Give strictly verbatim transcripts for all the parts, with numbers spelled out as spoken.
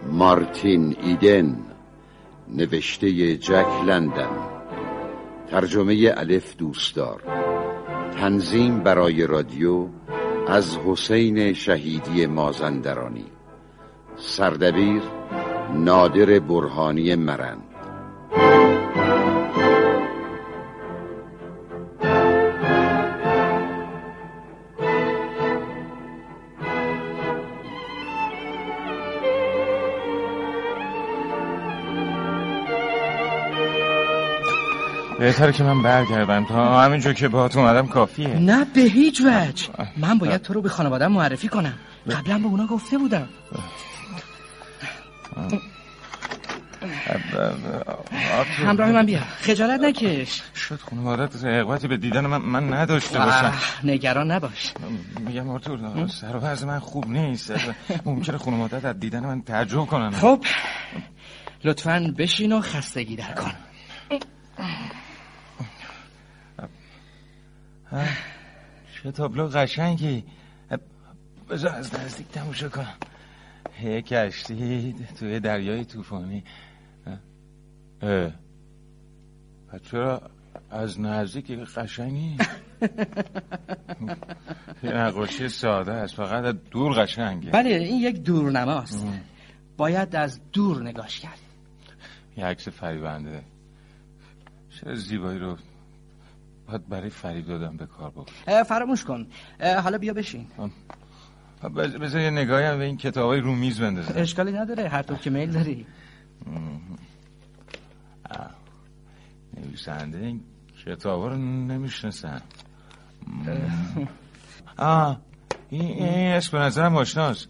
مارتین ایدن، نوشته جک لندن، ترجمه الف دوستدار، تنظیم برای رادیو از حسین شهیدی مازندرانی، سردبیر نادر برهانی مرند. بهتره که من برگردم، تا همینجور که باهات اومدم کافیه. نه به هیچ وجه. من باید تو رو به خانواده‌ام معرفی کنم. قبلا به اونا گفته بودم. همراه من بیا، خجالت نکش. شد خانوادت رغبتی به دیدن من, من نداشته باشم. نگران نباش. میگم آرتور، سر و وضع من خوب نیست. ممکنه خانوادت از دیدن من تعجب کنن. خب لطفاً بشین و خستگی در کن. چه تابلو قشنگی. بذار از نزدیک تماشا کنم. یک کشتی توی دریای طوفانی. اه پس چرا از نزدیک قشنگی؟ یه نقاشی ساده است، فقط از دور قشنگه. بله این یک دورنماست. باید از دور نگاش کرد. یه عکس فریبنده. چه زیبایی رو باید برای فریب دادم به کار ببر. فراموش کن. حالا بیا بشین. بذار یه نگاهی هم به این کتابای رو میز بندازم. اشکالی نداره، هر طور که میل داری. نویسنده این کتابا رو نمیشناسم. آه این اسم به نظرم آشناست.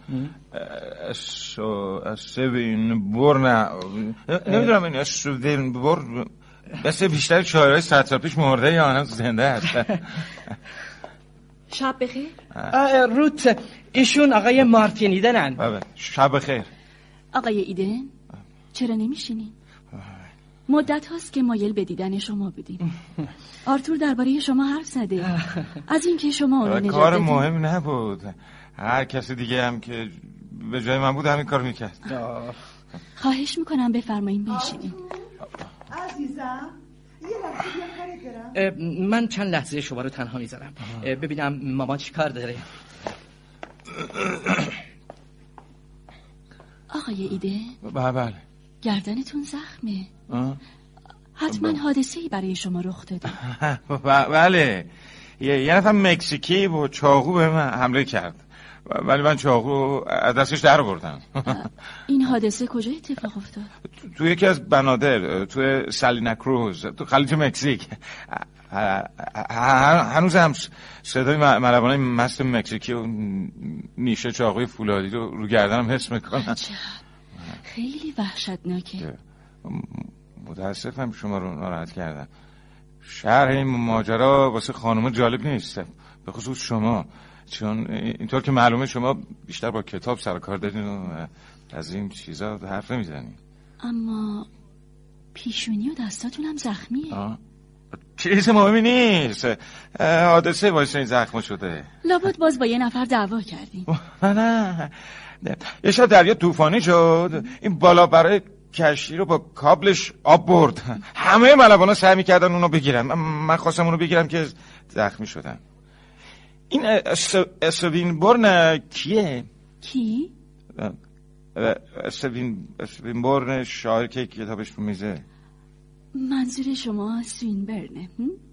استوین بورن. نمیدونم این استوین بورن بس بیشتر شاعرهای صد سال پیش مرده یا آنها زنده هست. شب بخیر. روت ایشون آقای مارتین ایدنن. بابا شب بخیر. آقای ایدن چرا نمیشینین؟ مدت هاست که مایل به دیدن شما بودیم. آرتور درباره شما حرف زده، از اینکه شما اونو نجات کار دادین. مهم نبود. هر کسی دیگه هم که به جای من بود همین کار میکرد. خواهش میکنم بفرمایین بنشینین. عزیزم یه لحظه بیا کاری دارم. من چند لحظه شما رو تنها میذارم ببینم ماما چی کار داره. آقای ایده بله گردنتون زخمه. حتما حادثه‌ای برای شما رخ داده. بله یه نفر مکزیکی با چاقو به من حمله کرد، ولی من چاقو از دستش در بردم. این حادثه کجا اتفاق افتاد؟ تو یکی از بنادر، تو سالینا کروز، تو خلیج مکزیک. هنوز هم صدای ملوانای مست مکزیکی و نیشه چاقوی فولادی رو رو گردنم حس میکنم. خیلی وحشتناکه. متاسفم شما رو ناراحت کردم. شرح این ماجرا واسه خانم جالب نیست، به خصوص شما، چون اینطور که معلومه شما بیشتر با کتاب سر کار دارین و از این چیزا حرف نمیزنین. اما پیشونی و دستاتون هم زخمیه. آه. چیز مهمی نیست، حادثه واسه این زخم شده. لابد باز با یه نفر دعوا کردین. نه نه یه شب دریا طوفانی شد، این بالا برای کشتی رو با کابلش آب برد. همه ملوانا سعی می‌کردن اونو بگیرن، من خواستم اونو بگیرم که زخمی شدم. این استوین بورن کیه؟ کی؟ استوین استوین بورن شاعر که کتابش رو میزه. منظور شما سوینبرنه؟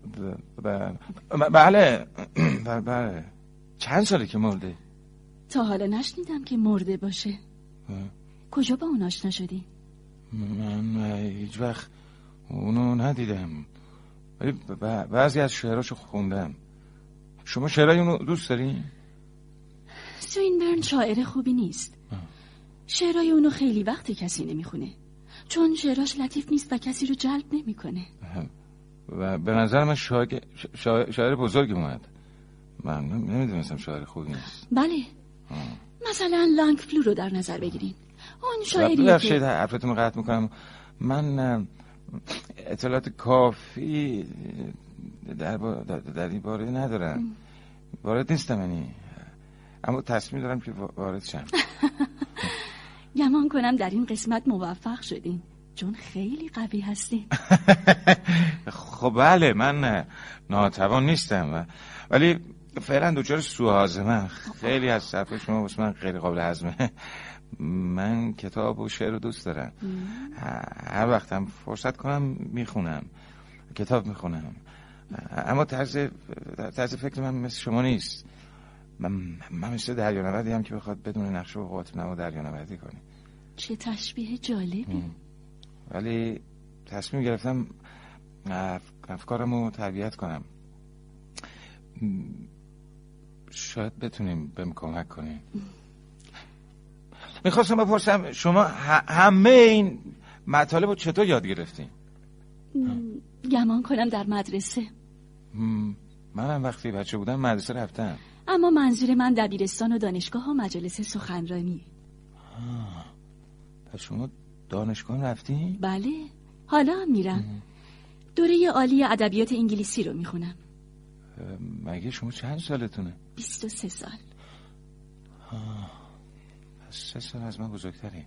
بله بله. چند ساله که مرده؟ تا حالا نشنیدم که مرده باشه. کجا با اون آشنا شدی؟ من هیچ وقت اونو ندیدم، ولی بعضی از شعراشو خوندم. شما شعرهای اونو دوست داری؟ سوینبرن شاعر خوبی نیست. شعرهای اونو خیلی وقت کسی نمیخونه، چون شعراش لطیف نیست و کسی رو جلب نمیکنه. و به نظر من شاعر, شاعر, شاعر بزرگی اومد. من نمیدونستم شاعر خوبی نیست. بله آه. مثلا لانگفلو رو در نظر بگیرین. اون شاعریه که ببخشید حرفتون رو قطع میکنم. من اطلاعات کافی در, در, در این باره ندارم. وارد نیستم یعنی، اما تصمیم دارم که وارد شم. گمان کنم در این قسمت موفق شدین، چون خیلی قوی هستین. خب بله، من ناتوان نیستم، ولی فعلا دوچار سوءهاضمه‌ام. خیلی از صرف شما واسه من غیر قابل هضمه. من کتاب و شعر رو دوست دارم. هر وقتم فرصت کنم میخونم، کتاب میخونم. اما طرز طرز فکر من مثل شما نیست. من, من مثل دریانوردی هم که بخواد بدون نقشه و قاطع نما دریانوردی کنه. چه تشبیه جالبی. ولی تصمیم گرفتم افکارمو تربیت کنم. شاید بتونیم بهم کمک کنیم. میخواستم بپرسم شما همه این مطالب رو چطور یاد گرفتین؟ گمان کنم در مدرسه. منم وقتی بچه بودم مدرسه رفتم. اما منظور من دبیرستان و دانشگاه و مجالس سخنرانی. پس شما دانشگاه رفتین؟ بله، حالا هم میرم. دوره عالی ادبیات انگلیسی رو میخونم. مگه شما چند سالتونه؟ بیست و سه سال. پس سه سال از من بزرگتری.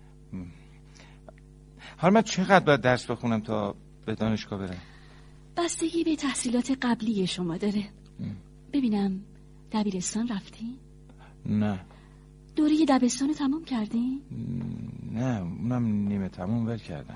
حالا من چقدر باید درس بخونم تا به دانشگاه برم؟ بستگی به تحصیلات قبلی شما داره. ببینم دبیرستان رفتی؟ نه. دوره دبستان رو تمام کردی؟ نه، اونم نیمه تمام ول کردم.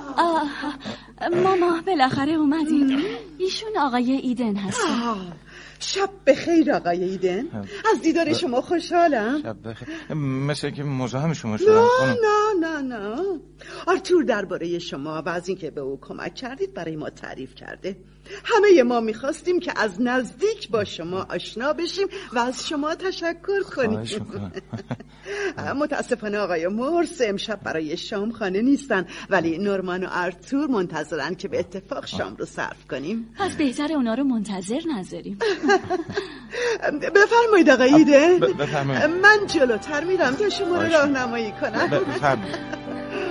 ماما بالاخره اومدید. ایشون آقای ایدن هستن. شب بخیر آقای ایدن. از دیدار شما خوشحالم. شب بخیر. مثل که مزاحم شما شدم. نه نه نه نه آرتور درباره شما و از اینکه به او کمک کردید برای ما تعریف کرده. همه ما میخواستیم که از نزدیک با شما آشنا بشیم و از شما تشکر کنیم. متاسفانه آقای مورس امشب برای شام خانه نیستن، ولی نورمان و آرتور منتظرن که به اتفاق شام رو صرف کنیم. پس بهتر اونا رو منتظر نذاریم. بفرمایید آقای ایدن. بفرمایید. من جلوتر میرم تا شما رو راهنمایی کنم. بفرمایید.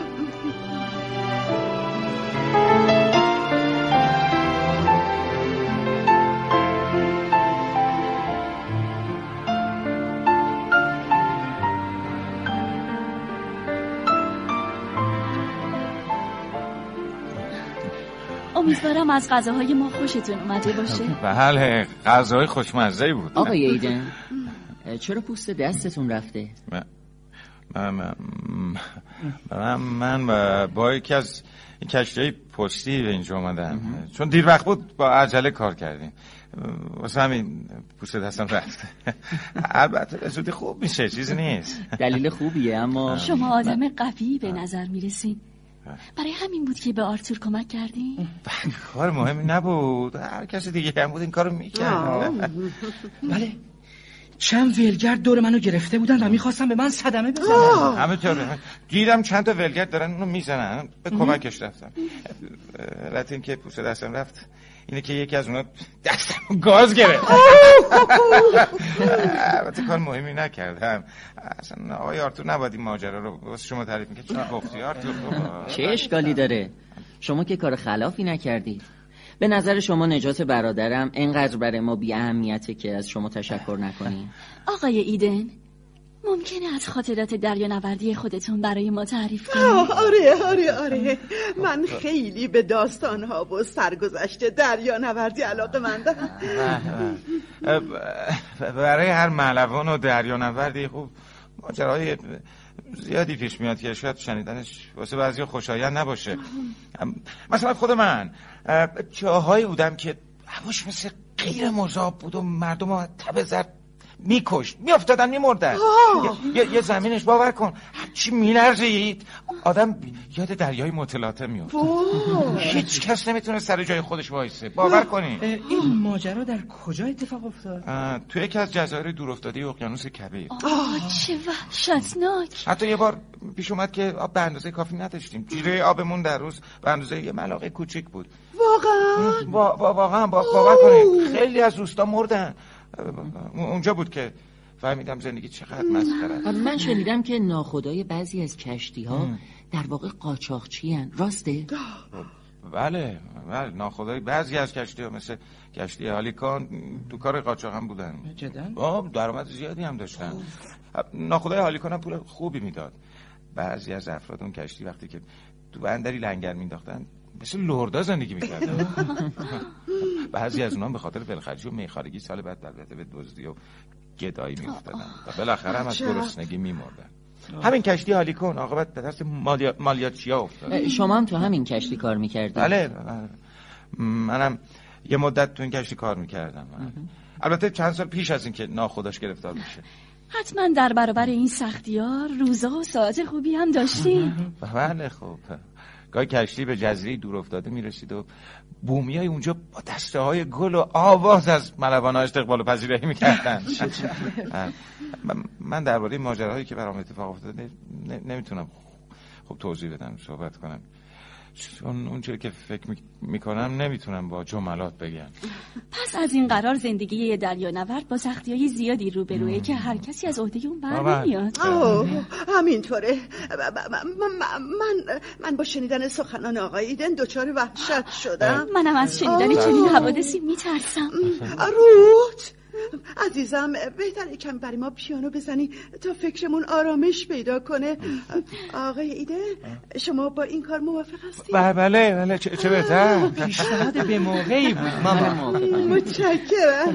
امیدوارم از غذاهای ما خوشتون اومده باشه. بله، غذاهای خوشمزه‌ای بود. آقای ایدن، چرا پوست دستتون رفته؟ من من من, من با یکی از کشتی‌های پستی به اینجا اومدم، چون دیر وقت بود با عجله کار کردیم، واسه همین پوست دستم رفت. البته به زودی خوب میشه، چیزی نیست. دلیل خوبیه، اما شما آدم قوی به نظر میرسین. برای همین بود که به آرتور کمک کردی؟ کار مهمی نبود، هر کسی دیگه هم بود این کارو میکرد. بله، چند ولگرد دور منو گرفته بودن و میخواستم به من صدمه بزنن. همینطوره، دیدم چند تا ولگرد دارن اونو میزنن، به کمکش رفتم. علت این که پوست دستم رفت اینه که یکی از اونا دستم گاز گرفت. البته کار مهمی نکردم. اصلا آقای آرتور نباید این ماجرا رو واسه شما تعریف می‌کرد. چرا گفتی آرتور؟ چه اشکالی داره؟ شما که کار خلافی نکردید. به نظر شما نجات برادرم اینقدر برای ما بی اهمیته که از شما تشکر نکنیم؟ آقای ایدن، ممکنه از خاطرات دریانوردی خودتون برای ما تعریف کنید؟ آره آره آره من خیلی به داستانها و سرگذشت دریانوردی علاقه‌مندم. برای هر ملوان و دریانوردی خوب ماجراهای زیادی پیش میاد که شاید شنیدنش واسه بعضی خوشایند نباشه. مثلا خود من جاهایی بودم که هواش مثل غیر مذاب بود و مردم ها تب زرد میکشت، میافتادن، میمردن. یه،, یه زمینش باور کن هرچی میلرزید آدم یاد دریای متلاطم میفت. هیچ کس نمیتونه سر جای خودش وایسه، باور کنی. این ماجرا در کجا اتفاق افتاد؟ تو یکی از جزایر دورافتاده اقیانوس کبیر. آه چه وحشتناک. حتی یه بار پیش اومد که آب به اندازه کافی نداشتیم، جیره آبمون در روز به اندازه یه ملاقه کوچیک بود. واقعا؟ با با واقعا با باور کنید خیلی از روستا مردن. اونجا بود که فهمیدم زندگی چقدر مسخره است. من شنیدم که ناخدای بعضی از کشتی ها در واقع قاچاقچی هن. راسته؟ بله بله، ناخدای بعضی از کشتی ها مثل کشتی هالیکان تو کار قاچاق هم بودن. جدا؟ آه درآمد زیادی هم داشتن. ناخدای هالیکان هم پول خوبی میداد، بعضی از افراد اون کشتی وقتی که تو بندری لنگر مینداختن مثل لردا زندگی میکردن. بعضی از اونها به خاطر ولخرجی و میخارگی سال بعد البته به دزدی و گدایی میافتادن و بالاخره هم از گرسنگی میمردن. همین کشتی هالیکون عاقبت به دست مالیا... مالیاتچیا افتاد. شما هم تو همین کشتی کار میکردید؟ بله, بله. منم یه مدت تو این کشتی کار میکردم. البته چند سال پیش از این که ناخداش گرفتار بشه. حتما در برابر این سختی‌ها روزا و ساعت خوبی هم داشتی؟ بله خب گاهی کشتی به جزیره دور افتاده میرسید و بومیای اونجا با دسته های گل و آواز از ملوان‌ها استقبال و پذیرایی میکردن. من درباره ماجراهایی که برام اتفاق افتاده نمیتونم خب توضیح بدم، صحبت کنم، چون اونجوری که فکر میکنم نمیتونم با جملات بگم. پس از این قرار زندگی یه دریانورد با سختی‌های زیادی روبروئه که هر کسی از عهده اون بر نمیاد. اوه همینطوره. من من با شنیدن سخنان آقای ایدن دچار وحشت شدم. منم از شنیدن چنین حوادثی میترسم. روت عزیزم بهتره کمی برای ما پیانو بزنی تا فکرمون آرامش پیدا کنه. آقای ایده شما با این کار موافق هستی؟ بله بله چه, چه بهتر. پیشنهاد به موقعی بود ماما. متشکرم.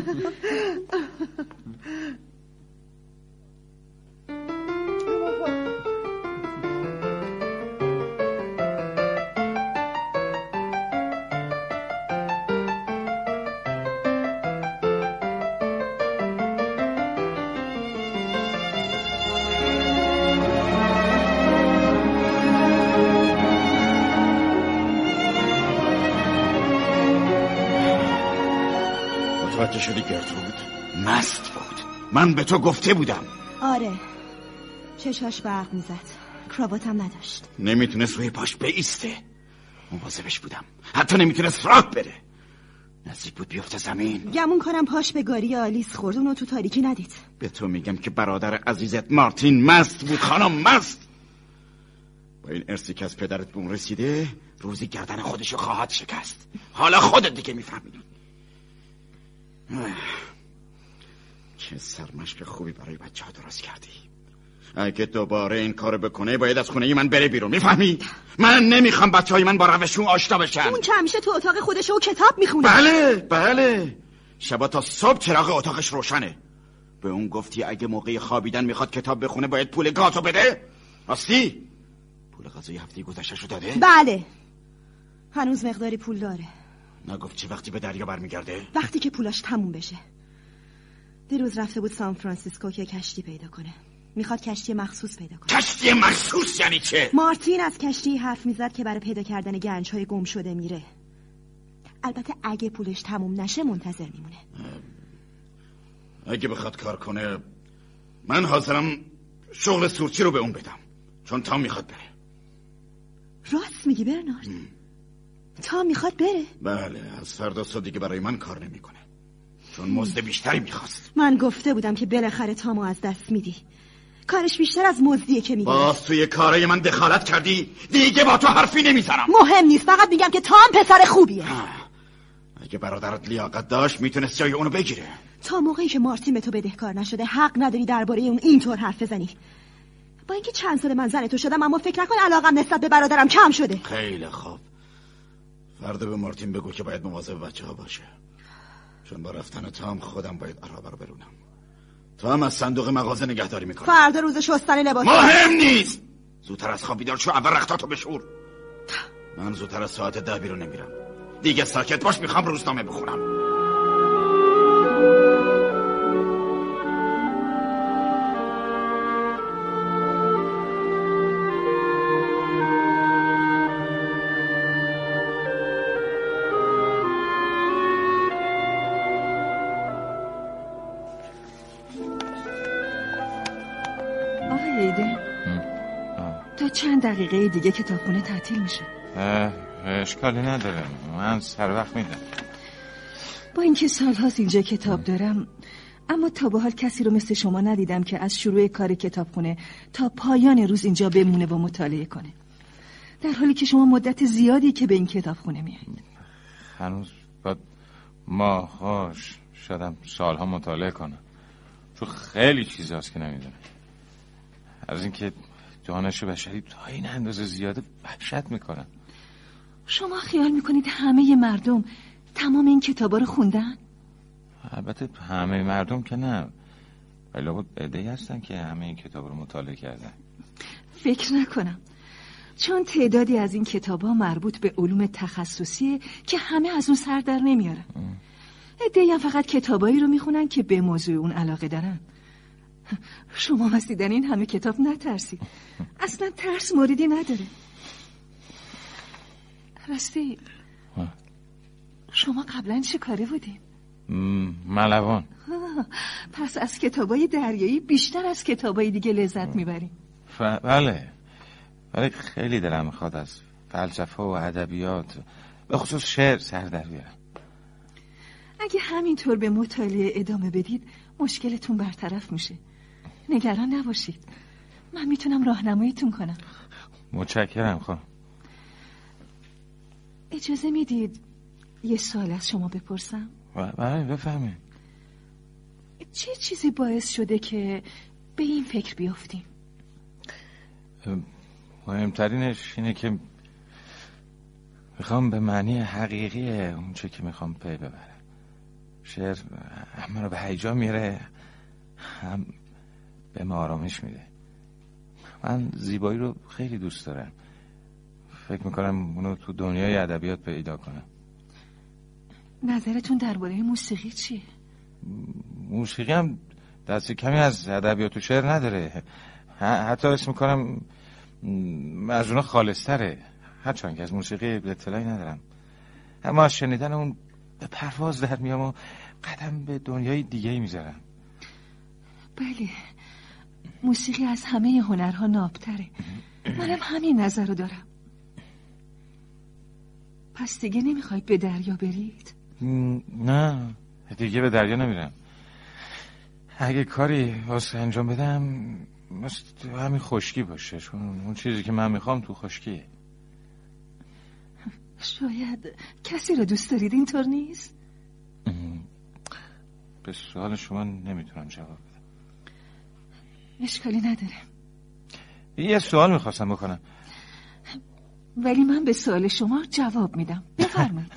متوجه شدی گرترود؟ مست بود. من به تو گفته بودم. آره چشاش برق میزد، کراواتم نداشت، نمیتونست روی پاش بایسته. مواظبش بودم، حتی نمیتونست راه بره. نزدیک بود بیفته زمین. گمون کنم پاش به گاری آلیس خورد، اونو تو تاریکی ندید. به تو میگم که برادر عزیزت مارتین مست بود خانم، مست. با این ارثی که از پدرت به اون رسیده روزی گردن خودشو خواهد شکست. حالا خودت دیگه میفهمیدی. چه سرمشق خوبی برای بچه ها درست کردی. اگه دوباره این کارو بکنه باید از خونه ای من بره بیرون، میفهمی؟ من نمیخوام بچه های من با روشون آشنا بشن. اون که همیشه تو اتاق خودشه و کتاب میخونه. بله بله شبا تا صبح چراغ اتاقش روشنه. به اون گفتی اگه موقع خوابیدن میخواد کتاب بخونه باید پول گازو بده؟ راستی؟ پول غذای هفته گذشته شو داده؟ بله هنوز مقداری پول داره. نگفت چه وقتی به دریا برمیگرده؟ وقتی که پولاش تموم بشه. دیروز رفته بود سان فرانسیسکو که کشتی پیدا کنه. میخواد کشتی مخصوص پیدا کنه. کشتی مخصوص یعنی چه؟ مارتین از کشتی حرف میزد که برای پیدا کردن گنج‌های گم شده میره. البته اگه پولش تموم نشه منتظر میمونه. اگه بخواد کار کنه من حاضرم شغل سورچی رو به اون بدم، چون تام میخواد بره. راست میگی برنارد؟ تام میخواد بره؟ بله از فردا صبح دیگه برای من کار نمیکنه، چون مزد بیشتری میخواست. من گفته بودم که بالاخره تامو از دست میدی. کارش بیشتر از مزدیه که میگه. باز توی کارای من دخالت کردی، دیگه با تو حرفی نمیزنم. مهم نیست، فقط میگم که تام پسر خوبیه. اگه برادرت لیاقت داشت میتونست جای اونو بگیره. تا موقعی که مارتین به تو بدهکار نشده حق نداری درباره اون اینطور حرف بزنی. با اینکه چند سال من زن تو شدم اما فکر نکن علاقم نسبت به برادرم کم شده. خیلی خوب، فردا به مارتین بگو که باید مواظب بچه ها باشه، چون با رفتن تام خودم باید عرابه رو برونم. تو هم از صندوق مغازه نگهداری میکنی. فردا روز شستن لباس مهم نیست. زودتر از خواب بیدار شو، اول رختاتو بشور. من زودتر از ساعت ده بیرون نمیرم. دیگه ساکت باش، میخوام روزنامه بخونم. تا چند دقیقه دیگه کتابخونه تعطیل میشه. اشکالی نداره، من سر وقت میدم. با اینکه سالهاست اینجا کتاب دارم اما تا به حال کسی رو مثل شما ندیدم که از شروع کار کتابخونه تا پایان روز اینجا بمونه و مطالعه کنه، در حالی که شما مدت زیادی که به این کتابخونه میایید. هنوز باید ماهاش شدم سالها مطالعه کنم، چون خیلی چیزاست که نمیدونم. از اینکه دانش بشری تا این اندازه زیاده وحشت میکنم. شما خیال میکنید همه مردم تمام این کتابا رو خوندن؟ البته همه مردم که نه، ولی لابد عده‌ای هستن که همه این کتاب رو مطالعه کردن. فکر نکنم، چون تعدادی از این کتابا مربوط به علوم تخصصیه که همه از اون سر در نمیارن. عده‌ای هم فقط کتابایی رو میخونن که به موضوع اون علاقه دارن. شما از دیدن این همه کتاب نترسید، اصلا ترس موردی نداره. راستی شما قبلا چه کاره بودین؟ ملوان. پس از کتابای دریایی بیشتر از کتابای دیگه لذت میبرین. ف... بله ولی خیلی دلم میخواد از فلسفه و ادبیات به خصوص شعر سر در بیارم. اگه همینطور به مطالعه ادامه بدید مشکلتون برطرف میشه. نگران نباشید، من میتونم راهنماییتون کنم. متشکرم خانم. اجازه میدید یه سوال از شما بپرسم؟ بله بفهمید. چه چیزی باعث شده که به این فکر بیافتیم؟ مهمترینش اینه که میخوام به معنی حقیقی اون چه که میخوام پی ببرم. شعر هم رو به هیجان میره، هم به ما آرامش میده. من زیبایی رو خیلی دوست دارم، فکر میکنم اونو تو دنیای ادبیات پیدا کنم. نظرتون درباره موسیقی چیه؟ موسیقی هم دست کمی از ادبیات و شعر نداره، حتی اسم میکنم از اونا خالص‌تره، هرچند که از موسیقی اطلاعی ندارم، اما از شنیدن اون به پرواز در میام و قدم به دنیای دیگه میذارم. بله، موسیقی از همه هنرها نابتره. منم همین نظر رو دارم. پس دیگه نمیخواید به دریا برید؟ نه دیگه به دریا نمیرم. اگه کاری واسه انجام بدم مست همین خشکی باشه، چون اون چیزی که من میخوام تو خشکیه. شاید کسی رو دوست دارید اینطور نیست؟ به سوال شما نمیتونم جواب بدم. اشکالی نداره. یه سوال میخواستم بکنم، ولی من به سوال شما جواب میدم. بفرمایید.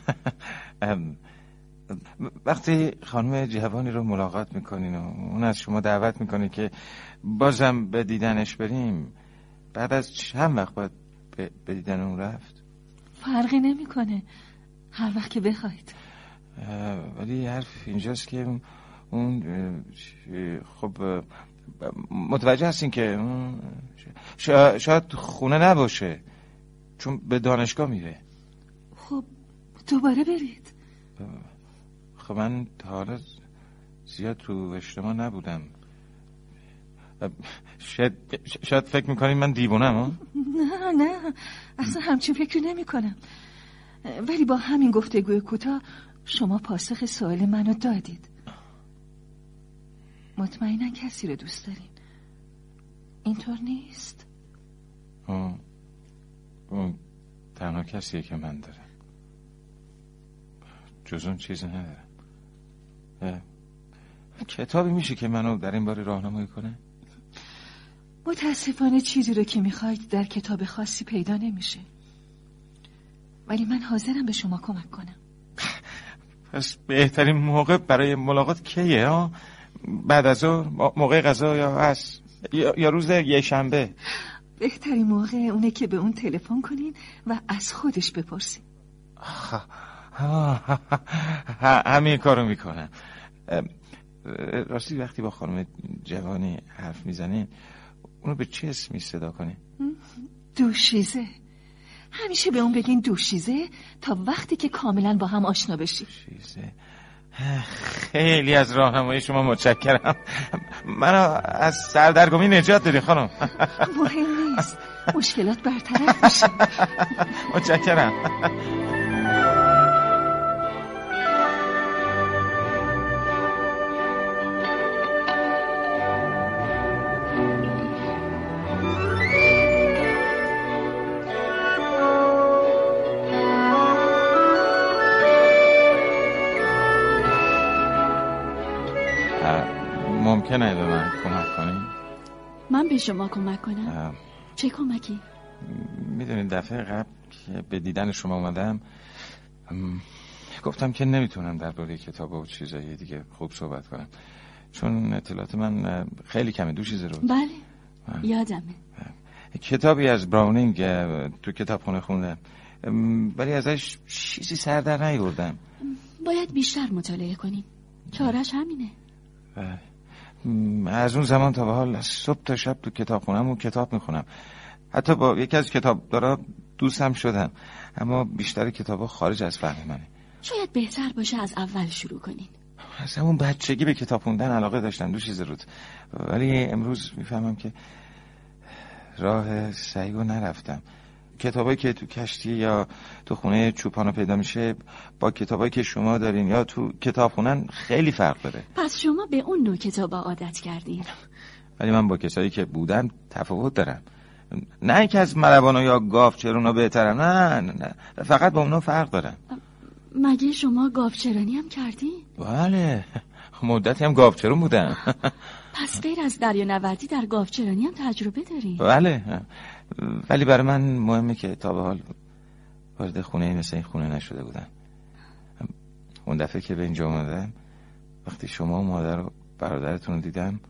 وقتی خانم جوانی رو ملاقات میکنین و اون از شما دعوت میکنه که بازم به دیدنش بریم، بعد از چند وقت باید به دیدن اون رفت؟ فرقی نمیکنه، هر وقت که بخواید. ولی حرف اینجاست که اون خب متوجه هستین که شاید خونه نباشه، چون به دانشگاه میره. خب دوباره برید. خب من تا حالا زیاد تو اجتماع نبودم، شاید, شاید فکر میکنین من دیوونم ها؟ نه نه اصلا همچین فکر نمی کنم، ولی با همین گفتگوی کوتاه شما پاسخ سوال منو دادید. مطمئنا کسی رو دوست دارین، اینطور نیست؟ آه. اون تنها کسیه که من دارم، جز اون چیزی ندارم. کتابی میشه که منو در این باره راهنمایی کنه؟ متاسفانه چیزی رو که میخواید در کتاب خاصی پیدا نمیشه، ولی من حاضرم به شما کمک کنم. پس بهترین موقع برای ملاقات کیه ها؟ بعد از ظهر، موقع غذا یا عصر یا روز یک شنبه؟ بهترین موقع اونه که به اون تلفن کنین و از خودش بپرسین. همین کارو میکنم. راستی وقتی با خانم جوانی حرف میزنین اونو به چه اسمی صدا کنین؟ دوشیزه. همیشه به اون بگین دوشیزه تا وقتی که کاملا با هم آشنا بشی. دوشیزه. خیلی از راهنمایی شما متشکرم. منو از سردرگمی نجات دادی خانم. مهم نیست، مشکلات برطرف میشه. متشکرم. ممکنه به من کمک کنی؟ من به شما کمک کنم؟ چه کمکی؟ میدونید دفعه قبل که به دیدن شما اومدم گفتم که نمیتونم درباره کتاب و چیزای دیگه خوب صحبت کنم، چون اطلاعات من خیلی کمه. دو چیز رو بله یادمه. کتابی از براونینگ تو کتابخونه خوندم، ولی ازش چیزی سر در نیاوردم. باید بیشتر مطالعه کنین، چارش همینه. بله. از اون زمان تا به حال از صبح تا شب تو کتابخونه‌مون کتاب میخونم. حتی با یکی از کتابدارا دوستم شدم، اما بیشتر کتابا خارج از فهم منه. شاید بهتر باشه از اول شروع کنین. از همون بچگی به کتاب خوندن علاقه داشتم، دو چیز رود، ولی امروز میفهمم که راه صحیح رو نرفتم. کتابایی که تو کشتی یا تو خونه چوپانا پیدا میشه با کتابایی که شما دارین یا تو کتاب خونن خیلی فرق داره. پس شما به اون نوع کتابا عادت کردین؟ ولی من با کسایی که بودم تفاوت دارم. نه اینکه از ملوانا یا گاوچرونا بهترم، نه نه نه، فقط با اونا فرق دارم. مگه شما گاوچرانی هم کردین؟ بله، مدتی هم گاوچرون بودم. پس غیر از دریانوردی در گاوچرانی هم تجربه دارین؟ بله، ولی برای من مهمه که تا به حال وارد خونه مثل این خونه نشده بودم. اون دفعه که به اینجا اومدم، وقتی شما و مادر و برادرتون رو دیدم،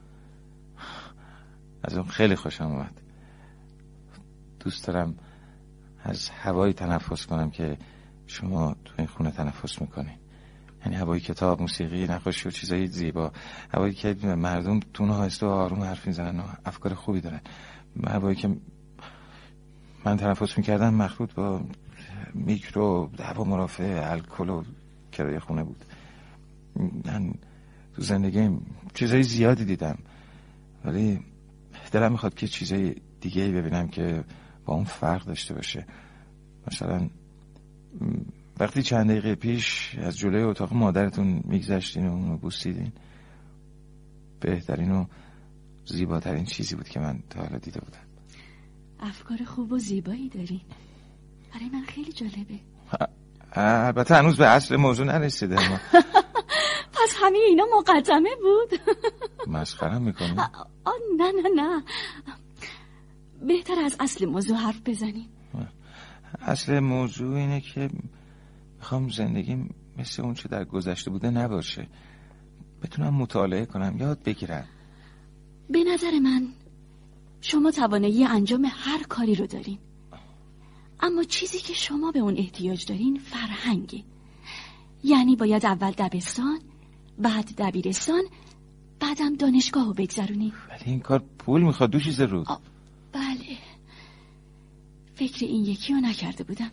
از اون خیلی خوشم اومد. دوست دارم از هوایی تنفس کنم که شما تو این خونه تنفس میکنین، یعنی هوای کتاب، موسیقی، نقاشی و چیزای زیبا، هوایی که مردم تون آهسته و آروم حرف میزنن و افکار خوبی دارن. هوایی که من تنفس میکردم مخلوط با میکرو، هوا مرافع، الکل و کرایه خونه بود. من تو زندگیم چیزای زیادی دیدم، ولی دلم میخواد که چیزای دیگه‌ای ببینم که با اون فرق داشته باشه. مثلا وقتی چند دقیقه پیش از جلوی اتاق مادرتون میگذشتین و اونو بوسیدین، بهترین و زیباترین چیزی بود که من تا حالا دیده بودم. افکار خوب و زیبایی دارین، برای من خیلی جالبه. البته هنوز به اصل موضوع نرسیده. ما پس همه اینا مقدمه بود؟ مسخرم میکنی؟ آه نه نه نه، بهتر از اصل موضوع حرف بزنیم. اصل موضوع اینه که میخوام زندگیم مثل اون چه در گذشته بوده نباشه، بتونم مطالعه کنم، یاد بگیرم. به نظر من شما توانایی انجام هر کاری رو دارین، اما چیزی که شما به اون احتیاج دارین فرهنگه. یعنی باید اول دبستان، بعد دبیرستان، بعدم دانشگاه رو بگذرونین. ولی این کار پول میخواد. دو چیز رود. بله، فکر این یکی رو نکرده بودم.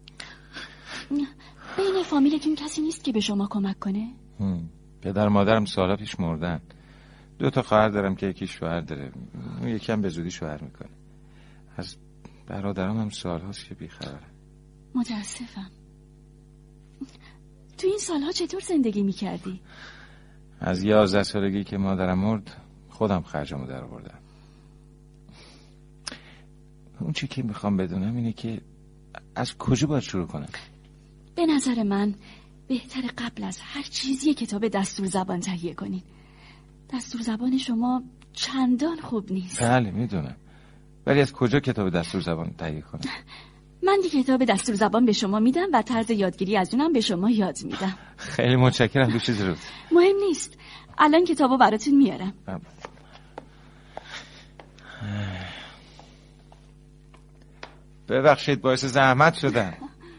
بین فامیلتون کسی نیست که به شما کمک کنه؟ پدر مادرم سالا پیش مردن. دو تا خواهر دارم که یکی شوهر داره، اون یکی هم به زودی شوهر میکنه. از برادرام هم سالهاست که بیخبرم. متاسفم. تو این سالها چطور زندگی میکردی؟ از یازده سالگی که مادرم مرد خودم خرجمو در آوردم. اون چی که میخوام بدونم اینه که از کجا باید شروع کنم؟ به نظر من بهتر قبل از هر چیزی کتاب دستور زبان تهیه کنین. دستور زبان شما چندان خوب نیست. بله میدونم، ولی از کجا کتاب دستور زبان تهیه کنم؟ من دی کتاب دستور زبان به شما میدم و طرز یادگیری از اونم به شما یاد میدم. خیلی متشکرم. دو چیز رو مهم نیست، الان کتابو براتون میارم. ببخشید باعث زحمت شدم.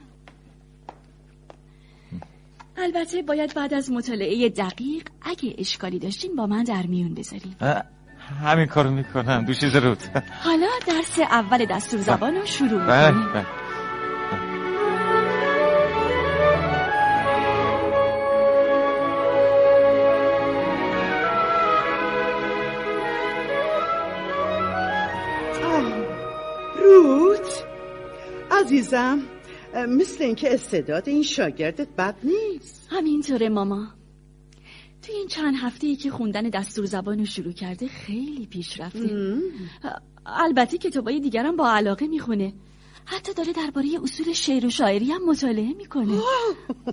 البته باید بعد از مطالعه دقیق اگه اشکالی داشتین با من در میون بذارین. همین کارو میکنم. دو چیز رود. حالا درس اول دستور زبان رو شروع بله میکنیم. بله. روت عزیزم، مثل اینکه استعداد این شاگردت بد نیست. همینطوره ماما. توی این چند هفته‌ای که خوندن دستور زبان رو شروع کرده خیلی پیش رفته. البته کتابای دیگرم با علاقه میخونه، حتی داره درباره اصول شعر و شاعری هم مطالعه میکنه.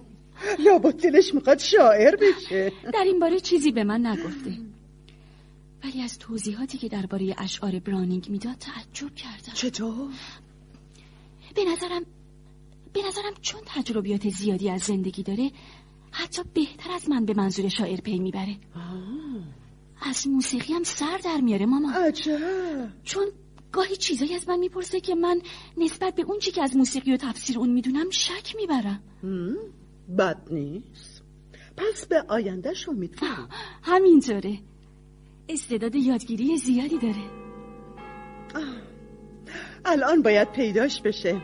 لابد دلش میخواد شاعر بشه. در این باره چیزی به من نگفته. ولی از توضیحاتی که درباره اشعار براونینگ میداد تعجب کردم. چطور؟ به نظرم به نظرم چون تجربیات زیادی از زندگی داره حتی بهتر از من به منظور شاعر پی میبره. از موسیقی هم سر در میاره ماما. عجب. چون گاهی چیزایی از من میپرسه که من نسبت به اون چی که از موسیقی و تفسیر اون میدونم شک میبرم. بد نیست. پس به آیندهش امیدوارم. همینطوره. استعداد یادگیری زیادی داره. آه. الان باید پیداش بشه.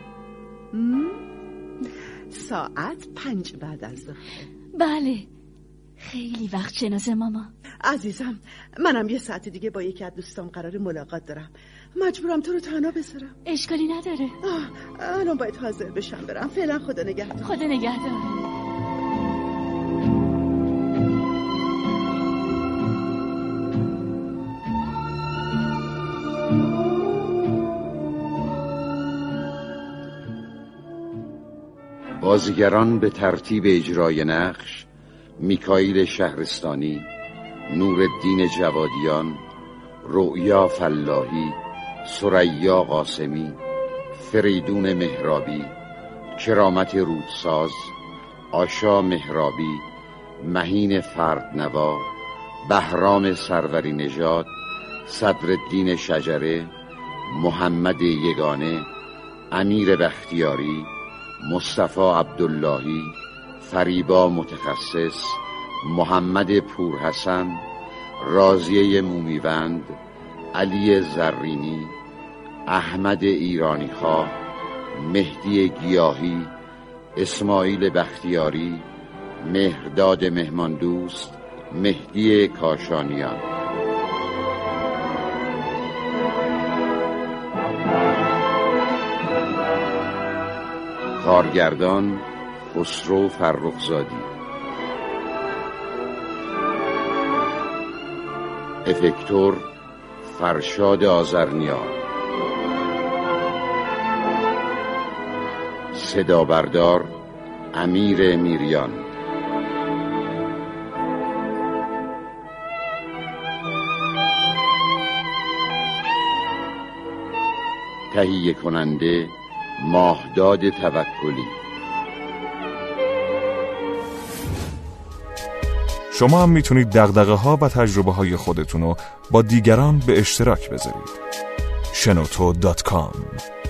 ساعت پنج بعد از ظهر. بله خیلی وقت شناسه ماما. عزیزم منم یه ساعت دیگه با یکی از دوستام قرار ملاقات دارم. مجبورم تو رو تنها بذارم. اشکالی نداره. الان باید حاضر بشم برم. فعلا خدا نگهدار. خدا نگهدار. بازیگران به ترتیب اجرای نقش: میکائیل شهرستانی، نورالدین جوادیان، رؤیا فلاحی، ثریا قاسمی، فریدون مهرابی، کرامت رودساز، آشا مهرابی، مهین فردنوا، بهرام سروری نژاد، صدرالدین شجره، محمد یگانه، امیر بختیاری، مصطفی عبداللهی، فریبا متخصص، محمد پورحسن، راضیه مومیوند، علی زرینی، احمد ایرانیخواه، مهدی گیاهی، اسماعیل بختیاری، مهرداد مهماندوست، مهدی کاشانیان. کارگردان خسرو فرخزادی، افکتور فرشاد آذرنیا، صدا بردار امیر میریان، تهیه کننده ماهداد توکلی. شما هم میتونید دغدغه ها و تجربه های خودتون رو با دیگران به اشتراک بذارید. شنوتو دات کام